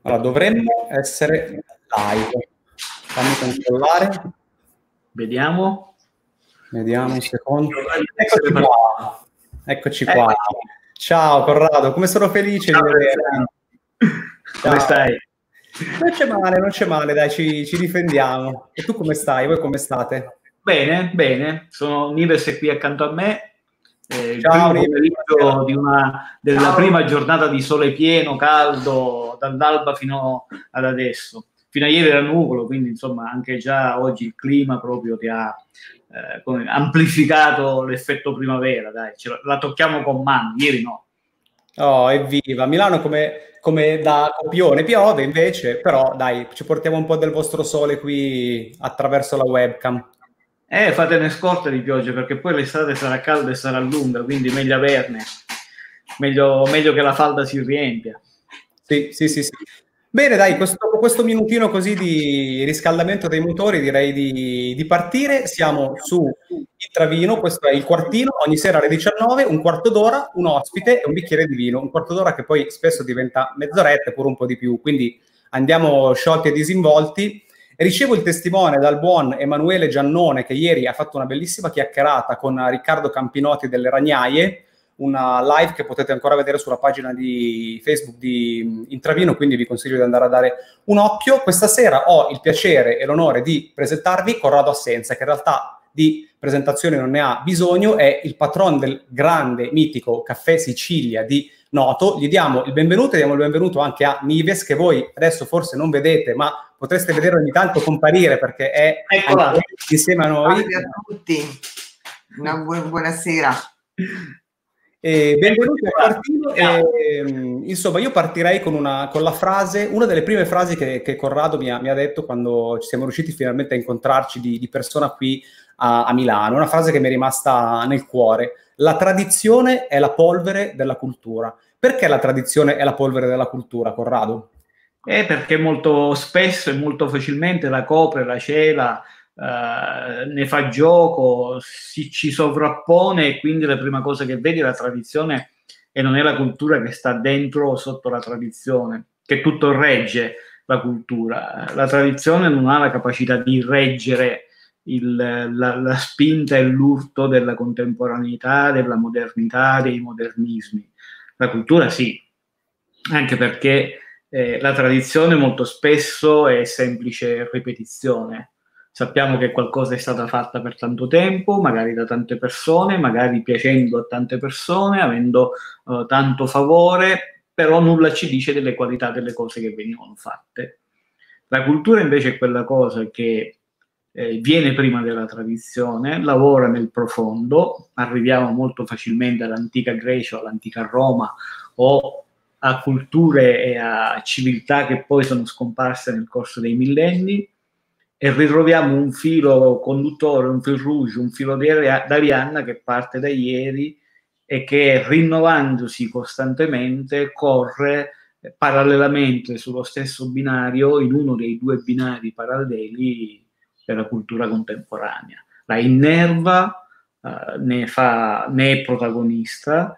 Allora, dovremmo essere live. Fammi controllare. Vediamo. Vediamo un secondo. Eccoci qua. Eccoci qua. Ciao Corrado, come sono felice di vederti. Come stai? Non c'è male, dai, ci difendiamo. E tu come stai? Voi come state? Bene, bene. Sono Nives qui accanto a me. Ciao, primo pomeriggio della prima giornata di sole pieno, caldo, dall'alba fino ad adesso. Fino a ieri era nuvolo, quindi insomma anche già oggi il clima proprio ti ha amplificato l'effetto primavera. Dai, la tocchiamo con mano, ieri no. Oh, evviva! Milano come da copione piove invece, però dai, ci portiamo un po' del vostro sole qui attraverso la webcam. Fatene scorta di pioggia, perché poi l'estate sarà calda e sarà lunga, quindi meglio averne. Meglio che la falda si riempia. Sì. Bene, dai, questo minutino così di riscaldamento dei motori direi di partire. Siamo su Il Travino, questo è il quartino, ogni sera alle 19, un quarto d'ora, un ospite e un bicchiere di vino. Un quarto d'ora che poi spesso diventa mezz'oretta e pure un po' di più, quindi andiamo sciolti e disinvolti. Ricevo il testimone dal buon Emanuele Giannone, che ieri ha fatto una bellissima chiacchierata con Riccardo Campinotti delle Ragnaie, una live che potete ancora vedere sulla pagina di Facebook di Intravino, quindi vi consiglio di andare a dare un occhio. Questa sera ho il piacere e l'onore di presentarvi Corrado Assenza, che in realtà di presentazione non ne ha bisogno, è il patron del grande, mitico Caffè Sicilia di Noto. Gli diamo il benvenuto e diamo il benvenuto anche a Nives, che voi adesso forse non vedete, ma potreste vedere ogni tanto comparire perché è insieme a noi. Salve a tutti, una buonasera. Benvenuti al quartino. Insomma, io partirei con la frase, una delle prime frasi che Corrado mi ha detto quando ci siamo riusciti finalmente a incontrarci di persona qui a Milano. Una frase che mi è rimasta nel cuore: la tradizione è la polvere della cultura. Perché la tradizione è la polvere della cultura, Corrado? Perché molto spesso e molto facilmente la copre, la cela, ne fa gioco, ci sovrappone, e quindi la prima cosa che vedi è la tradizione e non è la cultura che sta dentro o sotto la tradizione, che tutto regge la cultura. La tradizione non ha la capacità di reggere la spinta e l'urto della contemporaneità, della modernità, dei modernismi. La cultura sì, anche perché la tradizione molto spesso è semplice ripetizione. Sappiamo che qualcosa è stata fatta per tanto tempo, magari da tante persone, magari piacendo a tante persone, avendo tanto favore, però nulla ci dice delle qualità delle cose che venivano fatte. La cultura invece è quella cosa che viene prima della tradizione, lavora nel profondo, arriviamo molto facilmente all'antica Grecia, all'antica Roma o a culture e a civiltà che poi sono scomparse nel corso dei millenni, e ritroviamo un filo conduttore, un fil rouge, un filo d'Arianna che parte da ieri e che, rinnovandosi costantemente, corre parallelamente sullo stesso binario, in uno dei due binari paralleli della cultura contemporanea. La innerva, ne è protagonista,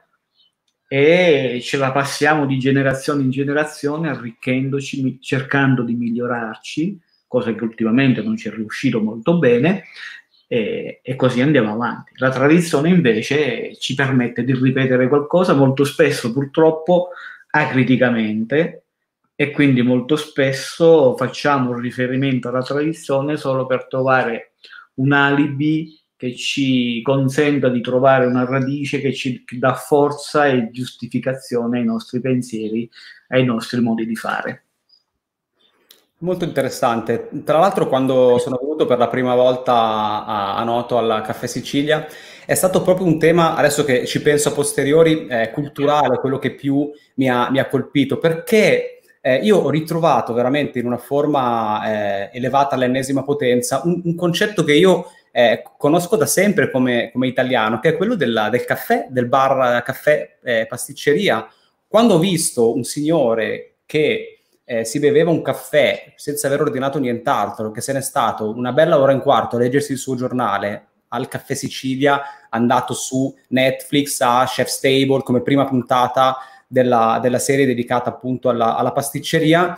e ce la passiamo di generazione in generazione arricchendoci, cercando di migliorarci, cosa che ultimamente non ci è riuscito molto bene, e così andiamo avanti. La tradizione invece ci permette di ripetere qualcosa, molto spesso purtroppo acriticamente, e quindi molto spesso facciamo un riferimento alla tradizione solo per trovare un alibi che ci consenta di trovare una radice che ci dà forza e giustificazione ai nostri pensieri, ai nostri modi di fare. Molto interessante. Tra l'altro, quando sono venuto per la prima volta a Noto al Caffè Sicilia, è stato proprio un tema, adesso che ci penso a posteriori, culturale, quello che più mi ha colpito, perché io ho ritrovato veramente in una forma elevata all'ennesima potenza un concetto che io conosco da sempre come italiano, che è quello del caffè, del bar caffè pasticceria. Quando ho visto un signore che si beveva un caffè senza aver ordinato nient'altro, che se n'è stato una bella ora e un quarto a leggersi il suo giornale al Caffè Sicilia, andato su Netflix a Chef's Table come prima puntata della serie dedicata appunto alla pasticceria,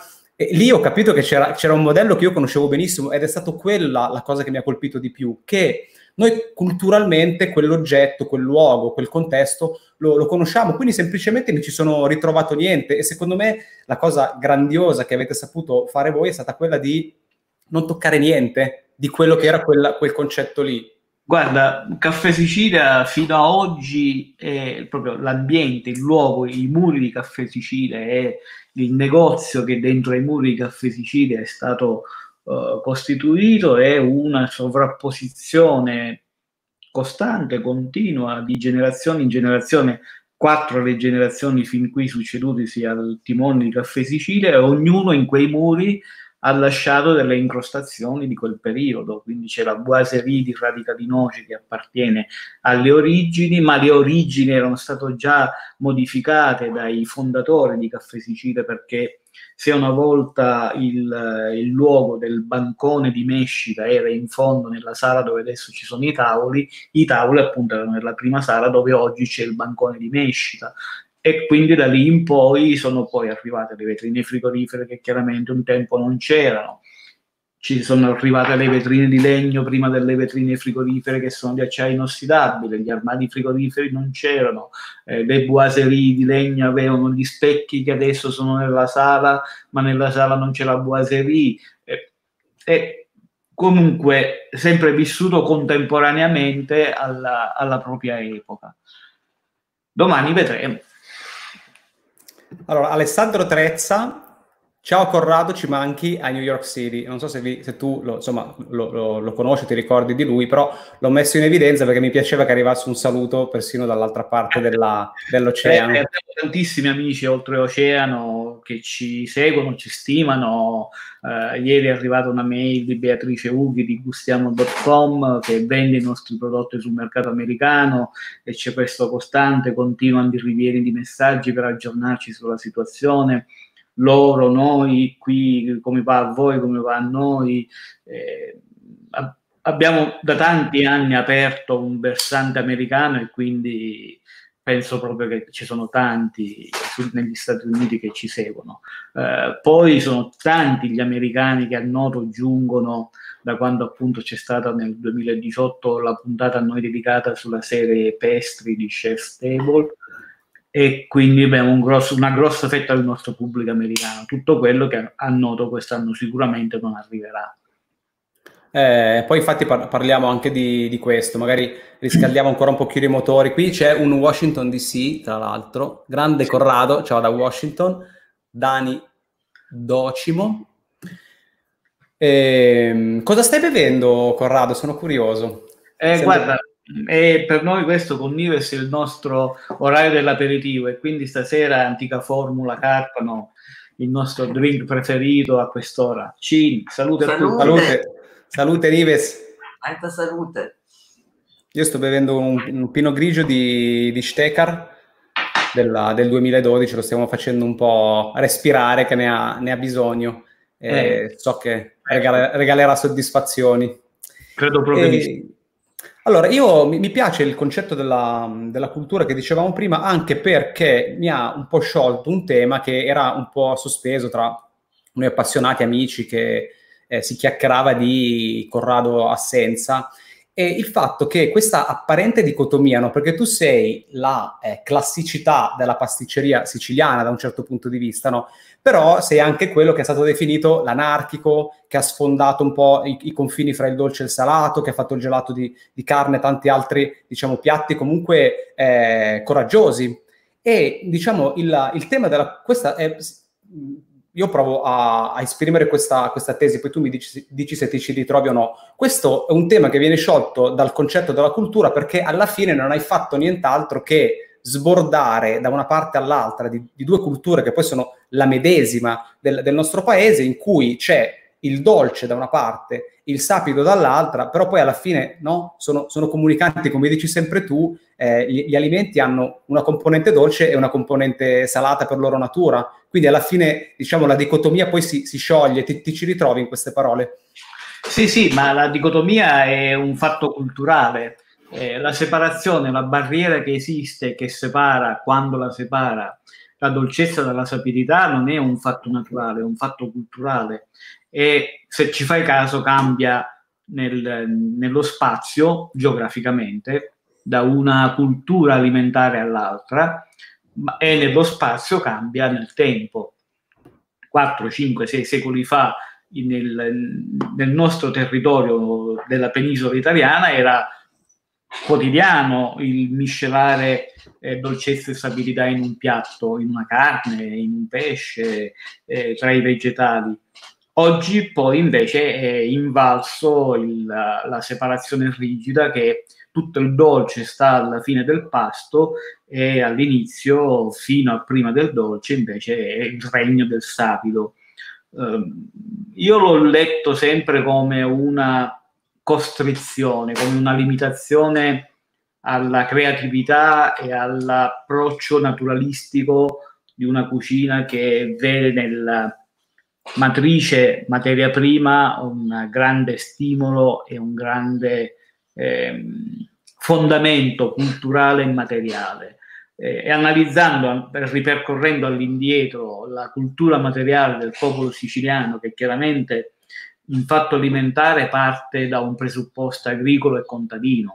E lì ho capito che c'era un modello che io conoscevo benissimo ed è stato quella la cosa che mi ha colpito di più, che noi culturalmente quell'oggetto, quel luogo, quel contesto lo conosciamo, quindi semplicemente mi ci sono ritrovato niente e secondo me la cosa grandiosa che avete saputo fare voi è stata quella di non toccare niente di quello che era quel concetto lì. Guarda, Caffè Sicilia fino a oggi è proprio l'ambiente, il luogo, i muri di Caffè Sicilia e il negozio che dentro ai muri di Caffè Sicilia è stato costituito, è una sovrapposizione costante, continua, di generazione in generazione, 4 le generazioni fin qui succedutisi al timone di Caffè Sicilia, e ognuno in quei muri ha lasciato delle incrostazioni di quel periodo, quindi c'è la boiserie di Radica di Noce che appartiene alle origini, ma le origini erano state già modificate dai fondatori di Caffè Sicilia, perché se una volta il luogo del bancone di Mescita era in fondo nella sala dove adesso ci sono i tavoli appunto erano nella prima sala dove oggi c'è il bancone di Mescita. E quindi da lì in poi sono poi arrivate le vetrine frigorifere che chiaramente un tempo non c'erano. Ci sono arrivate le vetrine di legno prima delle vetrine frigorifere che sono di acciaio inossidabile, gli armadi frigoriferi non c'erano, le boiserie di legno avevano gli specchi che adesso sono nella sala, ma nella sala non c'è la boiserie. E comunque sempre vissuto contemporaneamente alla propria epoca. Domani vedremo. Allora, Alessandro Trezza, ciao Corrado, ci manchi a New York City. Non so se tu lo conosci, ti ricordi di lui, però l'ho messo in evidenza perché mi piaceva che arrivasse un saluto persino dall'altra parte dell'oceano. Abbiamo tantissimi amici oltreoceano che ci seguono, ci stimano. Ieri è arrivata una mail di Beatrice Ughi di gustiamo.com che vende i nostri prodotti sul mercato americano e c'è questo costante, continuo rivieni di messaggi per aggiornarci sulla situazione. Loro, noi, qui, come va a voi, come va a noi. Abbiamo da tanti anni aperto un versante americano e quindi penso proprio che ci sono tanti negli Stati Uniti che ci seguono. Poi sono tanti gli americani che a noto giungono da quando appunto c'è stata nel 2018 la puntata a noi dedicata sulla serie Pestri di Chef's Table, e quindi abbiamo una grossa fetta del nostro pubblico americano. Tutto quello che a noto quest'anno sicuramente non arriverà. Poi infatti parliamo anche di questo, magari riscaldiamo ancora un pochino i motori. Qui c'è un Washington DC, tra l'altro, grande Corrado, ciao da Washington, Dani Docimo. Cosa stai bevendo, Corrado? Sono curioso. Guarda, per noi questo con Nives è il nostro orario dell'aperitivo e quindi stasera Antica Formula Carpano, il nostro drink preferito a quest'ora. Cin, salute a tutti. Salute Nives. Alta salute. Io sto bevendo un Pinot Grigio di Stekar del 2012, lo stiamo facendo un po' respirare, che ne ha bisogno. So che regalerà soddisfazioni. Credo proprio di sì. Allora, mi piace il concetto della cultura che dicevamo prima, anche perché mi ha un po' sciolto un tema che era un po' sospeso tra noi appassionati amici che si chiacchierava di Corrado assenza, e il fatto che questa apparente dicotomia, no? Perché tu sei la classicità della pasticceria siciliana da un certo punto di vista, no? Però sei anche quello che è stato definito l'anarchico, che ha sfondato un po' i confini fra il dolce e il salato, che ha fatto il gelato di carne e tanti altri, diciamo, piatti comunque coraggiosi. E, diciamo, il tema questa è... Io provo a esprimere questa tesi, poi tu mi dici se ti ci ritrovi o no. Questo è un tema che viene sciolto dal concetto della cultura perché alla fine non hai fatto nient'altro che sbordare da una parte all'altra di due culture che poi sono la medesima del nostro paese, in cui c'è il dolce da una parte, il sapido dall'altra, però poi alla fine no, sono comunicanti, come dici sempre tu, gli alimenti hanno una componente dolce e una componente salata per loro natura, quindi alla fine diciamo la dicotomia poi si scioglie, ti ci ritrovi in queste parole? Sì, ma la dicotomia è un fatto culturale, la separazione, la barriera che esiste, che separa, quando la separa, la dolcezza dalla sapidità non è un fatto naturale, è un fatto culturale, e se ci fai caso cambia nello spazio geograficamente, da una cultura alimentare all'altra, e nello spazio cambia nel tempo. 4, 5, 6 secoli fa nel nostro territorio della penisola italiana era quotidiano il miscelare dolcezza e sapidità in un piatto, in una carne, in un pesce, tra i vegetali. Oggi poi invece è invalso la separazione rigida, che tutto il dolce sta alla fine del pasto e all'inizio, fino a prima del dolce, invece è il regno del sapido. Io l'ho letto sempre come una costrizione, come una limitazione alla creatività e all'approccio naturalistico di una cucina che vede nella matrice materia prima un grande stimolo e un grande fondamento culturale e materiale. E analizzando, ripercorrendo all'indietro la cultura materiale del popolo siciliano, che chiaramente in fatto alimentare parte da un presupposto agricolo e contadino,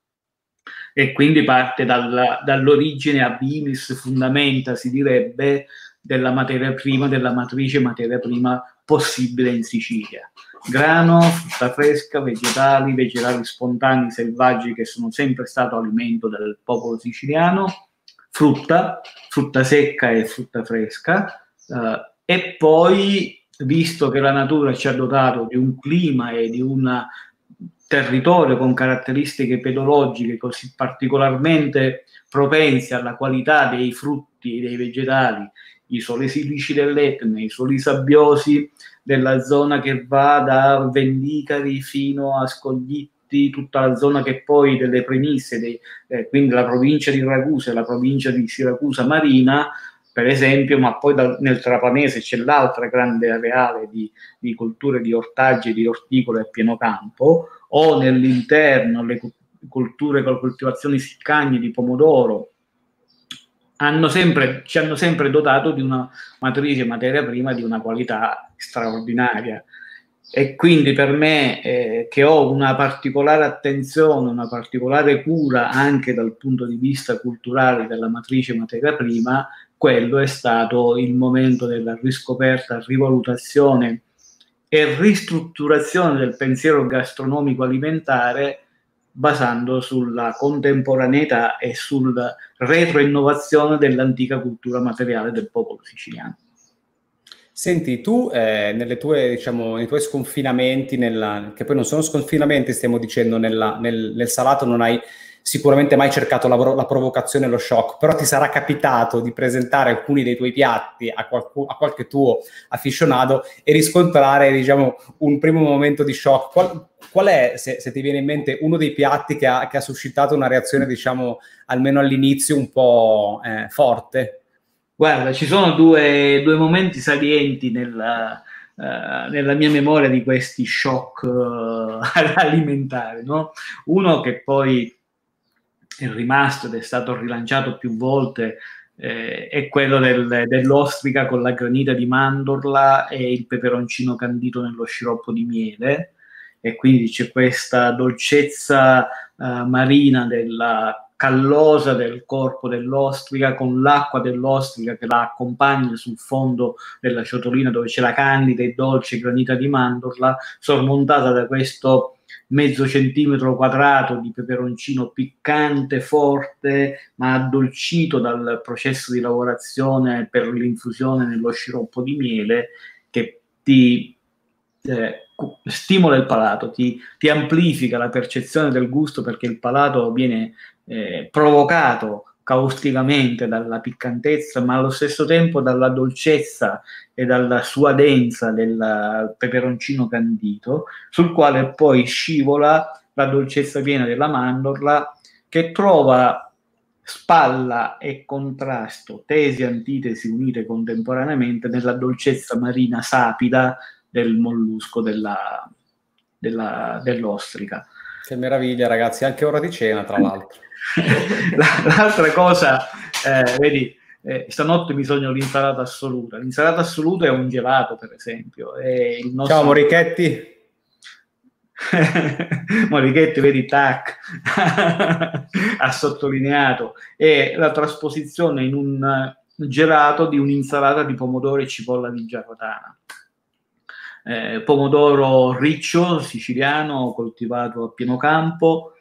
e quindi parte dall'origine abimis fundamenta, si direbbe, della materia prima, della matrice materia prima possibile in Sicilia. Grano, frutta fresca, vegetali spontanei, selvaggi, che sono sempre stato alimento del popolo siciliano, frutta secca e frutta fresca, e poi, visto che la natura ci ha dotato di un clima e di un territorio con caratteristiche pedologiche così particolarmente propensi alla qualità dei frutti e dei vegetali, i soli silici dell'Etna, i soli sabbiosi della zona che va da Vendicari fino a Scoglitti, tutta la zona che poi delle Premisse, quindi la provincia di Ragusa e la provincia di Siracusa Marina, per esempio, ma poi nel Trapanese c'è l'altra grande areale di colture di ortaggi, di orticole a pieno campo, o nell'interno le colture con coltivazioni siccagne di pomodoro, ci hanno sempre dotato di una matrice materia prima di una qualità straordinaria. E quindi per me, che ho una particolare attenzione, una particolare cura anche dal punto di vista culturale della matrice materia prima, quello è stato il momento della riscoperta, rivalutazione e ristrutturazione del pensiero gastronomico alimentare, basando sulla contemporaneità e sulla retroinnovazione dell'antica cultura materiale del popolo siciliano. Senti, tu nei tuoi sconfinamenti, che poi non sono sconfinamenti, stiamo dicendo, nel salato non hai sicuramente mai cercato la provocazione e lo shock, però ti sarà capitato di presentare alcuni dei tuoi piatti a qualche tuo aficionado e riscontrare, diciamo, un primo momento di shock. Qual è, se ti viene in mente, uno dei piatti che ha suscitato una reazione, diciamo, almeno all'inizio un po' forte? Guarda, ci sono due momenti salienti nella mia memoria di questi shock alimentari, no? Uno che poi è rimasto ed è stato rilanciato più volte, è quello dell'ostrica con la granita di mandorla e il peperoncino candito nello sciroppo di miele, e quindi c'è questa dolcezza marina della callosa del corpo dell'ostrica, con l'acqua dell'ostrica che la accompagna sul fondo della ciotolina dove c'è la candida e dolce granita di mandorla, sormontata da questo mezzo centimetro quadrato di peperoncino piccante, forte, ma addolcito dal processo di lavorazione per l'infusione nello sciroppo di miele, che ti stimola il palato, ti amplifica la percezione del gusto, perché il palato viene provocato causticamente dalla piccantezza, ma allo stesso tempo dalla dolcezza e dalla suadenza del peperoncino candito, sul quale poi scivola la dolcezza piena della mandorla, che trova spalla e contrasto, tesi e antitesi unite contemporaneamente, nella dolcezza marina sapida del mollusco dell'ostrica. Che meraviglia, ragazzi, anche ora di cena, tra l'altro. L'altra cosa, vedi, stanotte mi sogno l'insalata assoluta. L'insalata assoluta è un gelato, per esempio. Il nostro... Ciao Morichetti. Morichetti, vedi, tac, ha sottolineato. È la trasposizione in un gelato di un'insalata di pomodoro e cipolla di Giarratana. Pomodoro riccio, siciliano, coltivato a pieno campo,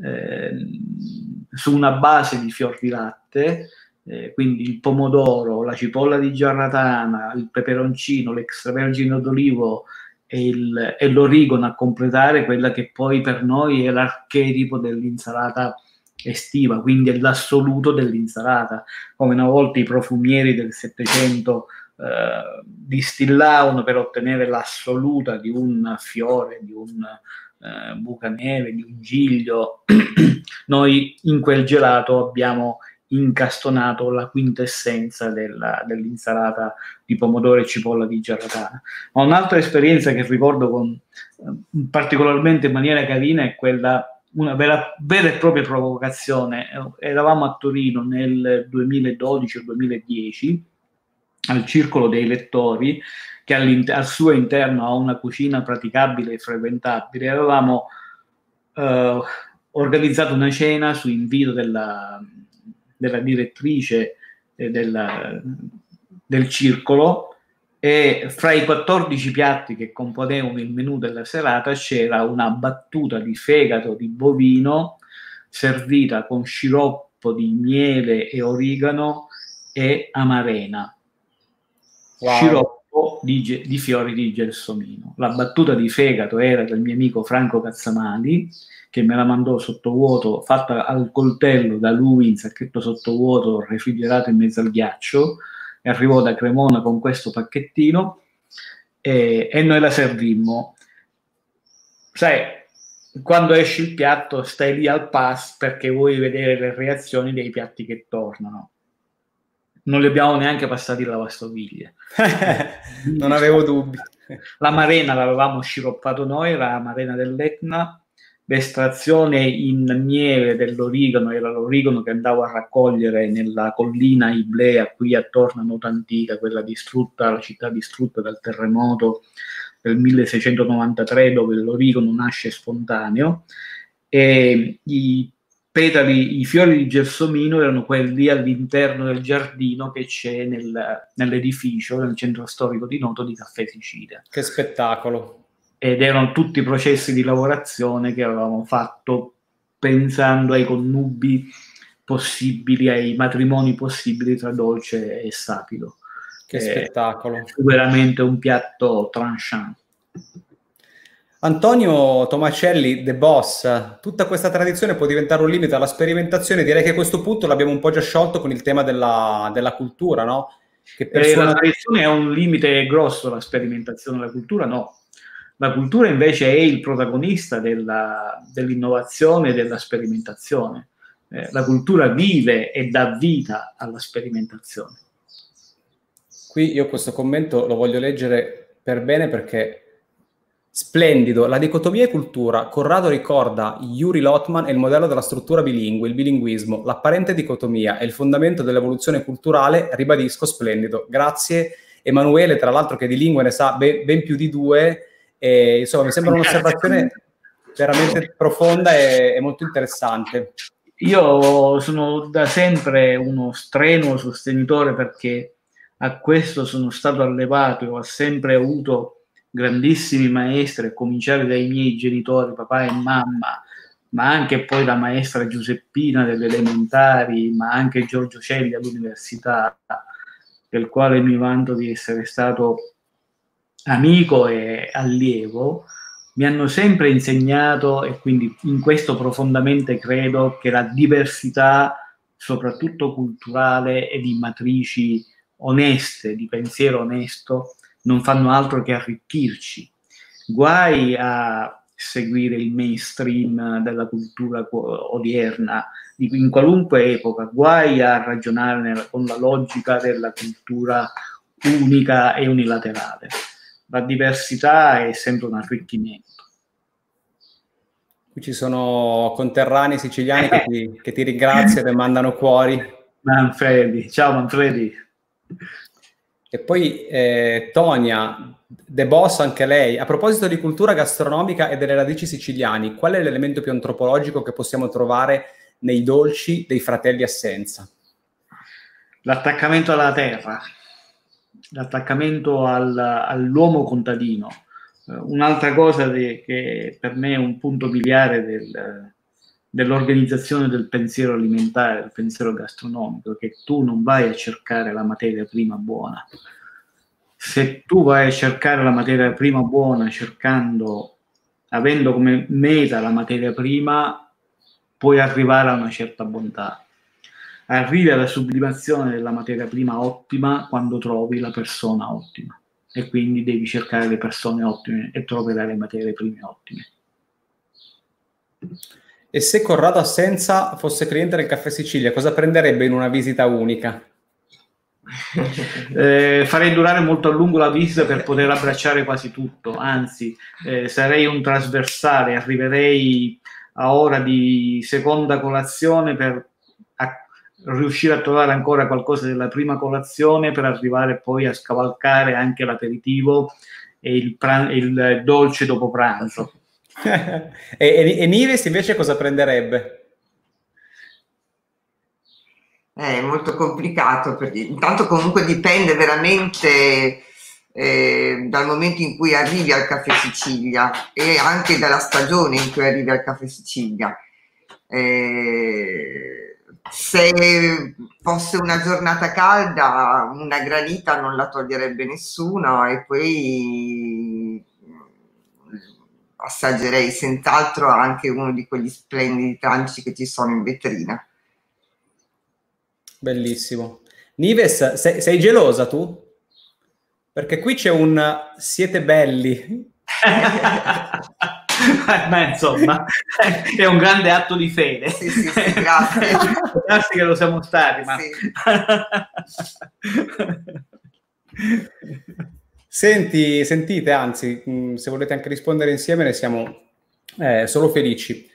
su una base di fior di latte, quindi il pomodoro, la cipolla di Giarratana, il peperoncino, l'extravergine d'olivo e l'origano a completare quella che poi per noi è l'archetipo dell'insalata estiva, quindi è l'assoluto dell'insalata, come una volta i profumieri del Settecento distillavano per ottenere l'assoluta di un fiore, di un bucaneve, di un giglio. Noi in quel gelato abbiamo incastonato la quintessenza dell'insalata di pomodoro e cipolla di Giarratana. Ma un'altra esperienza che ricordo con particolarmente in maniera carina è quella, una vera e propria provocazione. Eravamo a Torino nel 2012 o 2010 al Circolo dei Lettori, che al suo interno ha una cucina praticabile e frequentabile. Avevamo organizzato una cena su invito della direttrice del circolo, e fra i 14 piatti che componevano il menù della serata c'era una battuta di fegato di bovino servita con sciroppo di miele e origano e amarena. Wow. Sciroppo di fiori di gelsomino. La battuta di fegato era del mio amico Franco Cazzamali, che me la mandò sottovuoto, fatta al coltello da lui in sacchetto sottovuoto, refrigerato in mezzo al ghiaccio, e arrivò da Cremona con questo pacchettino e noi la servimmo. Sai, quando esce il piatto stai lì al pass perché vuoi vedere le reazioni dei piatti che tornano. Non li abbiamo neanche passati la lavastoviglie. Non avevo dubbi. L'amarena l'avevamo sciroppato noi, era l'amarena dell'Etna. L'estrazione in miele dell'origano era l'origano che andavo a raccogliere nella collina Iblea, qui attorno a Nota Antica, quella distrutta, la città distrutta dal terremoto del 1693, dove l'origano nasce spontaneo, e i petali, i fiori di gelsomino erano quelli all'interno del giardino che c'è nell'edificio, nel centro storico di Noto di Caffè Sicilia. Che spettacolo! Ed erano tutti processi di lavorazione che avevamo fatto pensando ai connubi possibili, ai matrimoni possibili tra dolce e sapido. Che spettacolo! Veramente un piatto tranchant. Antonio Tomacelli, The Boss, tutta questa tradizione può diventare un limite alla sperimentazione. Direi che a questo punto l'abbiamo un po' già sciolto con il tema della cultura, no? Che la tradizione è un limite grosso, la sperimentazione, la cultura no. La cultura invece è il protagonista dell'innovazione e della sperimentazione. La cultura vive e dà vita alla sperimentazione. Qui io questo commento lo voglio leggere per bene perché splendido. La dicotomia e cultura. Corrado ricorda Yuri Lotman e il modello della struttura bilingue, il bilinguismo. L'apparente dicotomia è il fondamento dell'evoluzione culturale. Ribadisco, splendido. Grazie Emanuele, tra l'altro che di lingue ne sa ben più di due. E, insomma, mi sembra un'osservazione veramente profonda e molto interessante. Io sono da sempre uno strenuo sostenitore, perché a questo sono stato allevato e ho sempre avuto grandissimi maestri, a cominciare dai miei genitori, papà e mamma, ma anche poi la maestra Giuseppina delle elementari, ma anche Giorgio Celli all'università, del quale mi vanto di essere stato amico e allievo. Mi hanno sempre insegnato, e quindi in questo profondamente credo, che la diversità, soprattutto culturale e di matrici oneste, di pensiero onesto, non fanno altro che arricchirci. Guai a seguire il mainstream della cultura odierna, in qualunque epoca, guai a ragionare con la logica della cultura unica e unilaterale. La diversità è sempre un arricchimento. Qui ci sono conterranei siciliani che ti ringraziano e mandano cuori. Manfredi, ciao Manfredi. E poi Tonia, The Boss anche lei. A proposito di cultura gastronomica e delle radici siciliani, qual è l'elemento più antropologico che possiamo trovare nei dolci dei fratelli Assenza? L'attaccamento alla terra, l'attaccamento all'uomo contadino. Un'altra cosa che per me è un punto miliare dell'organizzazione del pensiero alimentare, del pensiero gastronomico, che tu non vai a cercare la materia prima buona. Se tu vai a cercare la materia prima buona avendo come meta la materia prima, puoi arrivare a una certa bontà. Arrivi alla sublimazione della materia prima ottima quando trovi la persona ottima, e quindi devi cercare le persone ottime e troverai le materie prime ottime. E se Corrado Assenza fosse cliente del Caffè Sicilia, cosa prenderebbe in una visita unica? Farei durare molto a lungo la visita per poter abbracciare quasi tutto, anzi sarei un trasversale, arriverei a ora di seconda colazione per riuscire a trovare ancora qualcosa della prima colazione, per arrivare poi a scavalcare anche l'aperitivo e il dolce dopo pranzo. e Nives invece cosa prenderebbe? È molto complicato, perché intanto comunque dipende veramente dal momento in cui arrivi al Caffè Sicilia e anche dalla stagione in cui arrivi al Caffè Sicilia. Se fosse una giornata calda, una granita non la toglierebbe nessuno, e poi assaggerei senz'altro anche uno di quegli splendidi tranci che ci sono in vetrina. Bellissimo. Nives, sei gelosa tu? Perché qui c'è siete belli. Ma insomma, è un grande atto di fede. Sì, grazie. Grazie che lo siamo stati, ma... Sì. Sentite, anzi, se volete anche rispondere insieme, ne siamo solo felici.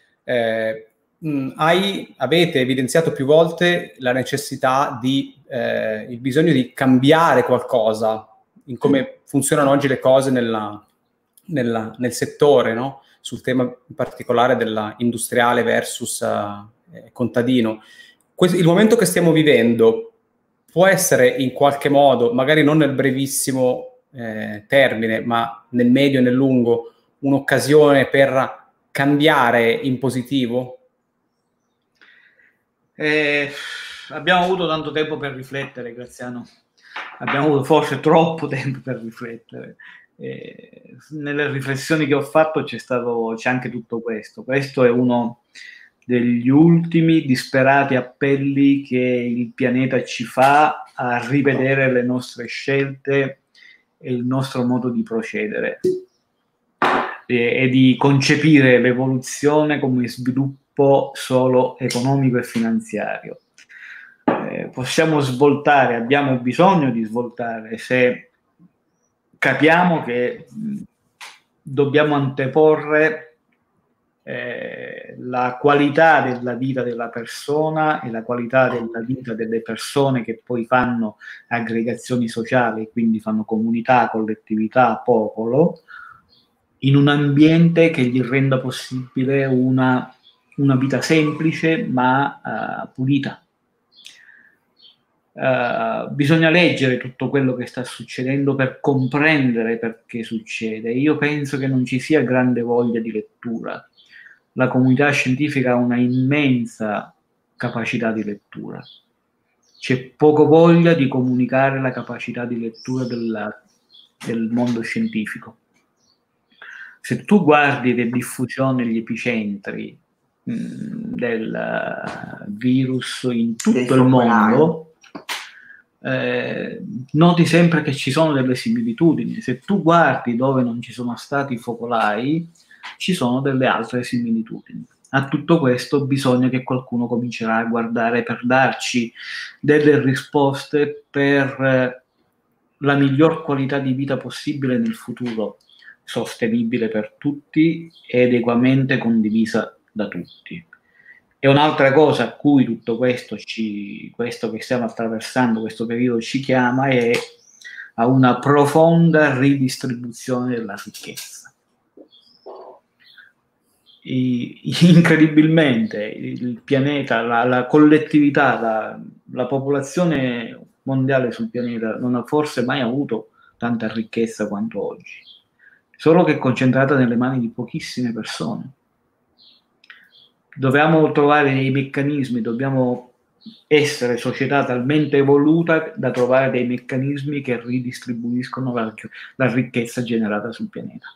Avete evidenziato più volte la necessità il bisogno di cambiare qualcosa in come funzionano oggi le cose nel settore, no? Sul tema in particolare dell'industriale versus contadino. Il momento che stiamo vivendo può essere in qualche modo, magari non nel brevissimo termine, ma nel medio e nel lungo, un'occasione per cambiare in positivo? Abbiamo avuto tanto tempo per riflettere, Graziano. Abbiamo avuto forse troppo tempo per riflettere. Nelle riflessioni che ho fatto c'è anche tutto questo. Questo è uno degli ultimi disperati appelli che il pianeta ci fa a rivedere le nostre scelte e il nostro modo di procedere e di concepire l'evoluzione come sviluppo solo economico e finanziario. Possiamo svoltare, abbiamo bisogno di svoltare se capiamo che dobbiamo anteporre la qualità della vita della persona e la qualità della vita delle persone che poi fanno aggregazioni sociali, quindi fanno comunità, collettività, popolo, in un ambiente che gli renda possibile una vita semplice ma pulita. Bisogna leggere tutto quello che sta succedendo per comprendere perché succede. Io penso che non ci sia grande voglia di lettura. La comunità scientifica ha una immensa capacità di lettura. C'è poco voglia di comunicare la capacità di lettura del mondo scientifico. Se tu guardi le diffusioni, gli epicentri del virus in tutto il mondo, noti sempre che ci sono delle similitudini. Se tu guardi dove non ci sono stati focolai, ci sono delle altre similitudini. A tutto questo bisogna che qualcuno comincerà a guardare per darci delle risposte per la miglior qualità di vita possibile nel futuro, sostenibile per tutti ed equamente condivisa da tutti. E un'altra cosa a cui tutto questo che stiamo attraversando, questo periodo ci chiama, è a una profonda ridistribuzione della ricchezza. Incredibilmente il pianeta, la collettività, la popolazione mondiale sul pianeta non ha forse mai avuto tanta ricchezza quanto oggi, solo che è concentrata nelle mani di pochissime persone. Dobbiamo trovare dei meccanismi, dobbiamo essere società talmente evoluta da trovare dei meccanismi che ridistribuiscono la ricchezza generata sul pianeta.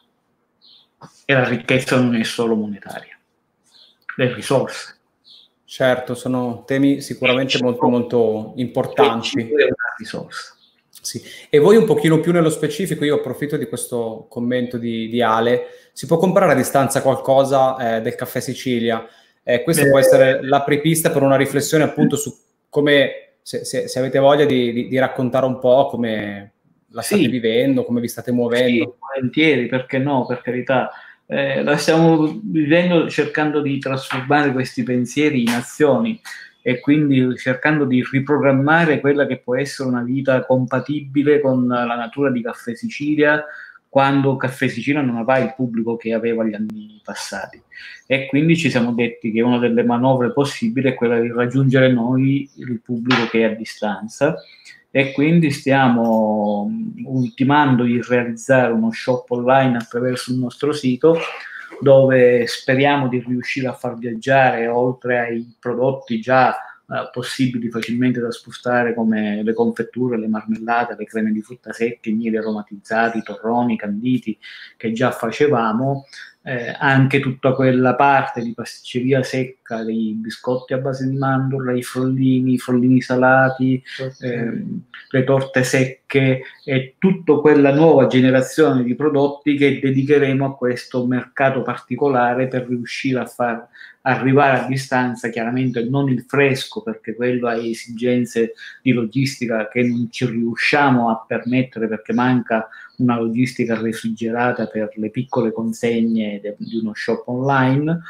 E la ricchezza non è solo monetaria, le risorse. Certo, sono temi sicuramente molto molto importanti. È una risorsa. Sì. E voi un pochino più nello specifico, io approfitto di questo commento di Ale, si può comprare a distanza qualcosa del Caffè Sicilia? Questo può essere l'apripista per una riflessione appunto su come, se avete voglia di raccontare un po' come la state vivendo, come vi state muovendo. Sì, volentieri, perché no, per carità. La stiamo vivendo cercando di trasformare questi pensieri in azioni e quindi cercando di riprogrammare quella che può essere una vita compatibile con la natura di Caffè Sicilia, quando Caffè Sicilia non aveva il pubblico che aveva gli anni passati. E quindi ci siamo detti che una delle manovre possibili è quella di raggiungere noi il pubblico che è a distanza, e quindi stiamo ultimando di realizzare uno shop online attraverso il nostro sito, dove speriamo di riuscire a far viaggiare, oltre ai prodotti già possibili facilmente da spostare, come le confetture, le marmellate, le creme di frutta secche, i mieli aromatizzati, torroni, canditi che già facevamo, anche tutta quella parte di pasticceria secca, dei biscotti a base di mandorla, i frollini salati, le torte secche e tutta quella nuova generazione di prodotti che dedicheremo a questo mercato particolare, per riuscire a far arrivare a distanza, chiaramente non il fresco, perché quello ha esigenze di logistica che non ci riusciamo a permettere, perché manca una logistica refrigerata per le piccole consegne di uno shop online,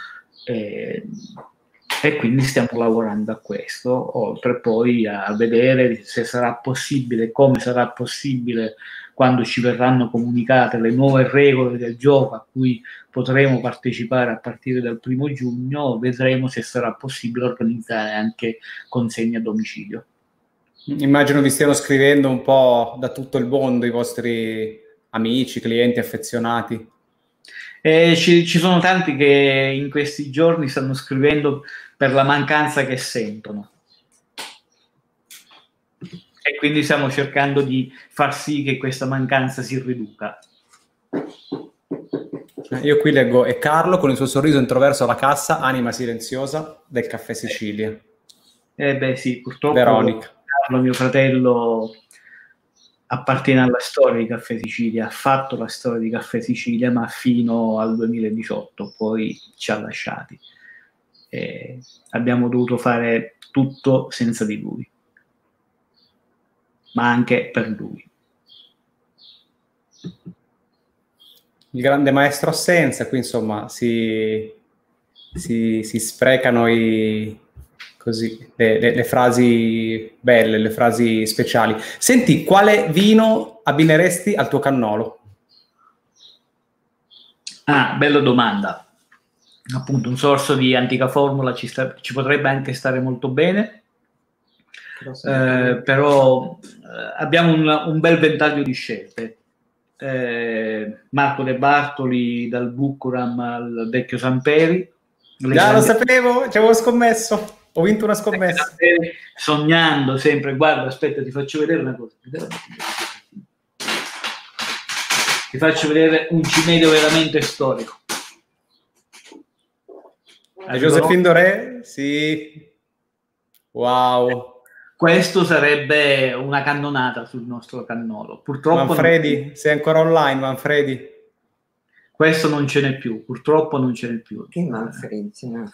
e quindi stiamo lavorando a questo, oltre poi a vedere se sarà possibile, come sarà possibile, quando ci verranno comunicate le nuove regole del gioco a cui potremo partecipare a partire dal 1° giugno, vedremo se sarà possibile organizzare anche consegne a domicilio. Immagino vi stiano scrivendo un po' da tutto il mondo i vostri amici, clienti, affezionati. Ci sono tanti che in questi giorni stanno scrivendo per la mancanza che sentono. E quindi stiamo cercando di far sì che questa mancanza si riduca. Io qui leggo: è Carlo con il suo sorriso introverso alla cassa, anima silenziosa del Caffè Sicilia. Beh sì, purtroppo Veronica. Carlo, mio fratello, appartiene alla storia di Caffè Sicilia, ha fatto la storia di Caffè Sicilia, ma fino al 2018 poi ci ha lasciati. Abbiamo dovuto fare tutto senza di lui, ma anche per lui. Il grande maestro assenza, qui insomma si sprecano le frasi belle, le frasi speciali. Senti, quale vino abbineresti al tuo cannolo? Bella domanda. Appunto, un sorso di antica formula ci potrebbe anche stare molto bene, però abbiamo un bel ventaglio di scelte. Marco De Bartoli, dal Buccuram al Vecchio Samperi. Già lo sapevo, ci avevo scommesso, ho vinto una scommessa. Sognando sempre, guarda, aspetta, ti faccio vedere una cosa. Ti faccio vedere un cimedio veramente storico. Joséphine Doré? Sì. Wow. Questo sarebbe una cannonata sul nostro cannolo. Purtroppo Manfredi, sei ancora online, Manfredi? Questo non ce n'è più, purtroppo non ce n'è più. Che Manfredi?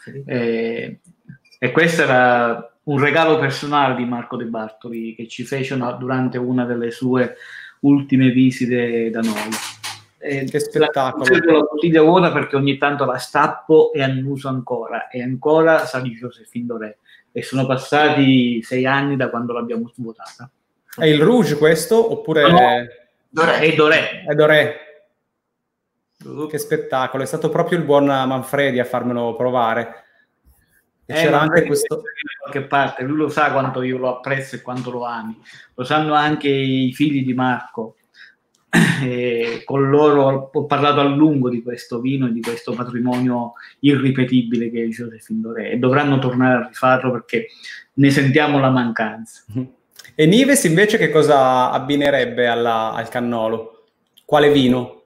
E questo era un regalo personale di Marco De Bartoli che ci fece durante una delle sue ultime visite da noi. Che spettacolo. La bottiglia vuota perché ogni tanto la stappo e annuso ancora, e ancora sa di Joséphine Doré, e sono passati 6 anni da quando l'abbiamo svuotata. È il Rouge questo oppure Doré. È Doré. È Doré. Che spettacolo, è stato proprio il buon Manfredi a farmelo provare. E c'era anche questo... Da qualche parte, lui lo sa quanto io lo apprezzo e quanto lo ami, lo sanno anche i figli di Marco. Con loro ho parlato a lungo di questo vino e di questo patrimonio irripetibile che è Joséphine Doré, e dovranno tornare a rifarlo perché ne sentiamo la mancanza. E Nives invece che cosa abbinerebbe al cannolo? Quale vino?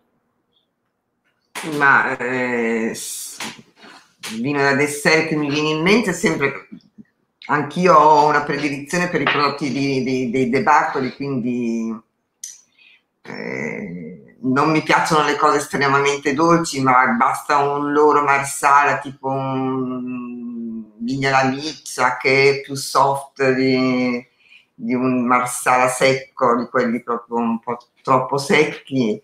Ma il vino da dessert che mi viene in mente è sempre... Anch'io ho una predilizione per i prodotti dei De Bartoli, quindi non mi piacciono le cose estremamente dolci, ma basta un loro Marsala, tipo un Vigna La Miccia, che è più soft di un Marsala secco, di quelli proprio un po' troppo secchi.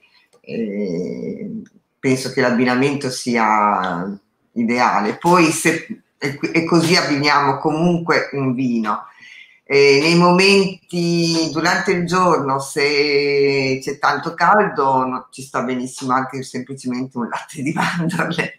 Penso che l'abbinamento sia ideale. Poi e così abbiniamo comunque un vino. Nei momenti durante il giorno, se c'è tanto caldo, ci sta benissimo anche semplicemente un latte di mandorle.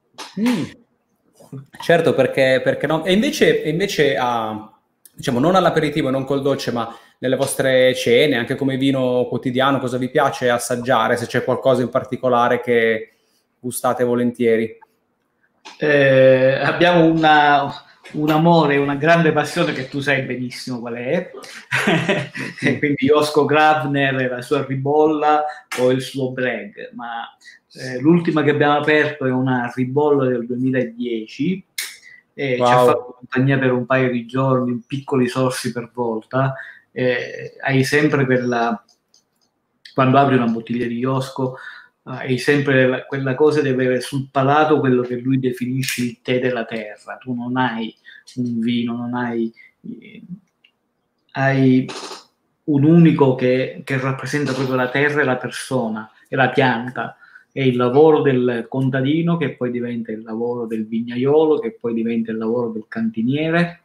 Certo, perché no? E invece diciamo, non all'aperitivo, non col dolce, ma nelle vostre cene, anche come vino quotidiano, cosa vi piace assaggiare? Se c'è qualcosa in particolare che gustate volentieri? Abbiamo un amore, una grande passione che tu sai benissimo qual è. Quindi Josko Gravner e la sua ribolla o il suo brag, ma l'ultima che abbiamo aperto è una ribolla del 2010 e Wow. ci ha fatto compagnia per un paio di giorni, piccoli sorsi per volta. Hai sempre quando apri una bottiglia di Josko, hai sempre quella cosa di avere sul palato quello che lui definisce il tè della terra. Tu non hai un vino, non hai un unico che rappresenta proprio la terra e la persona e la pianta, è il lavoro del contadino che poi diventa il lavoro del vignaiolo, che poi diventa il lavoro del cantiniere,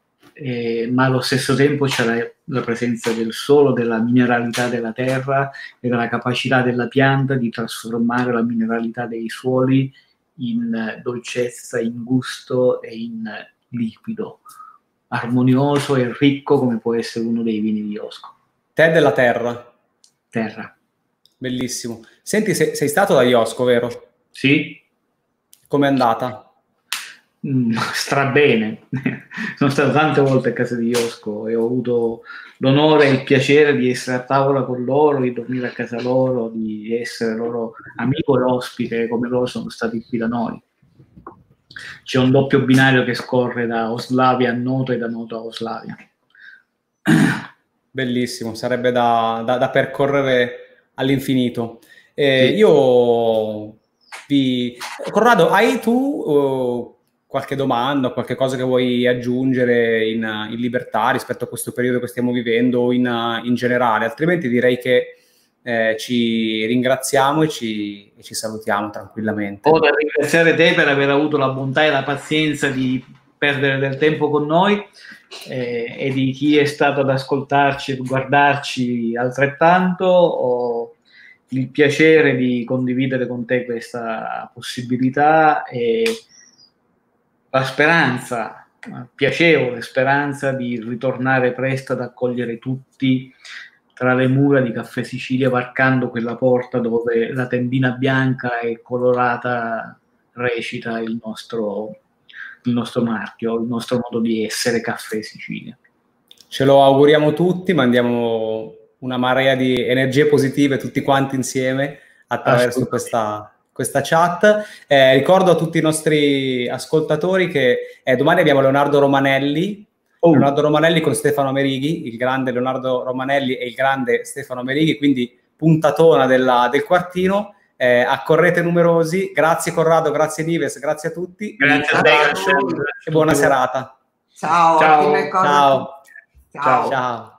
ma allo stesso tempo c'è la presenza del sole, della mineralità della terra e della capacità della pianta di trasformare la mineralità dei suoli in dolcezza, in gusto e in liquido, armonioso e ricco come può essere uno dei vini di Josko. Tè della terra. Terra. Bellissimo. Senti, sei stato da Josko, vero? Sì. Com'è andata? Strabene. Sono stato tante volte a casa di Josko e ho avuto l'onore e il piacere di essere a tavola con loro, di dormire a casa loro, di essere loro amico e ospite come loro sono stati qui da noi. C'è un doppio binario che scorre da Oslavia a Noto e da Noto a Oslavia. Bellissimo, sarebbe da percorrere all'infinito. Sì. Io Corrado, hai tu qualche domanda, qualche cosa che vuoi aggiungere in libertà rispetto a questo periodo che stiamo vivendo o in generale? Altrimenti direi che ci ringraziamo e ci salutiamo tranquillamente. Ho da ringraziare te per aver avuto la bontà e la pazienza di perdere del tempo con noi, e di chi è stato ad ascoltarci e guardarci altrettanto. Ho il piacere di condividere con te questa possibilità e la speranza, piacevole speranza di ritornare presto ad accogliere tutti tra le mura di Caffè Sicilia, varcando quella porta dove la tendina bianca e colorata recita il nostro marchio, il nostro modo di essere, Caffè Sicilia. Ce lo auguriamo tutti, mandiamo una marea di energie positive tutti quanti insieme attraverso questa chat. Ricordo a tutti i nostri ascoltatori che domani abbiamo Leonardo Romanelli, Leonardo Romanelli con Stefano Amerighi, il grande Leonardo Romanelli e il grande Stefano Amerighi, quindi puntatona del quartino. Accorrete numerosi. Grazie Corrado, grazie Nives, grazie a tutti. Grazie a te e buona serata. Ciao. Ciao. Ciao.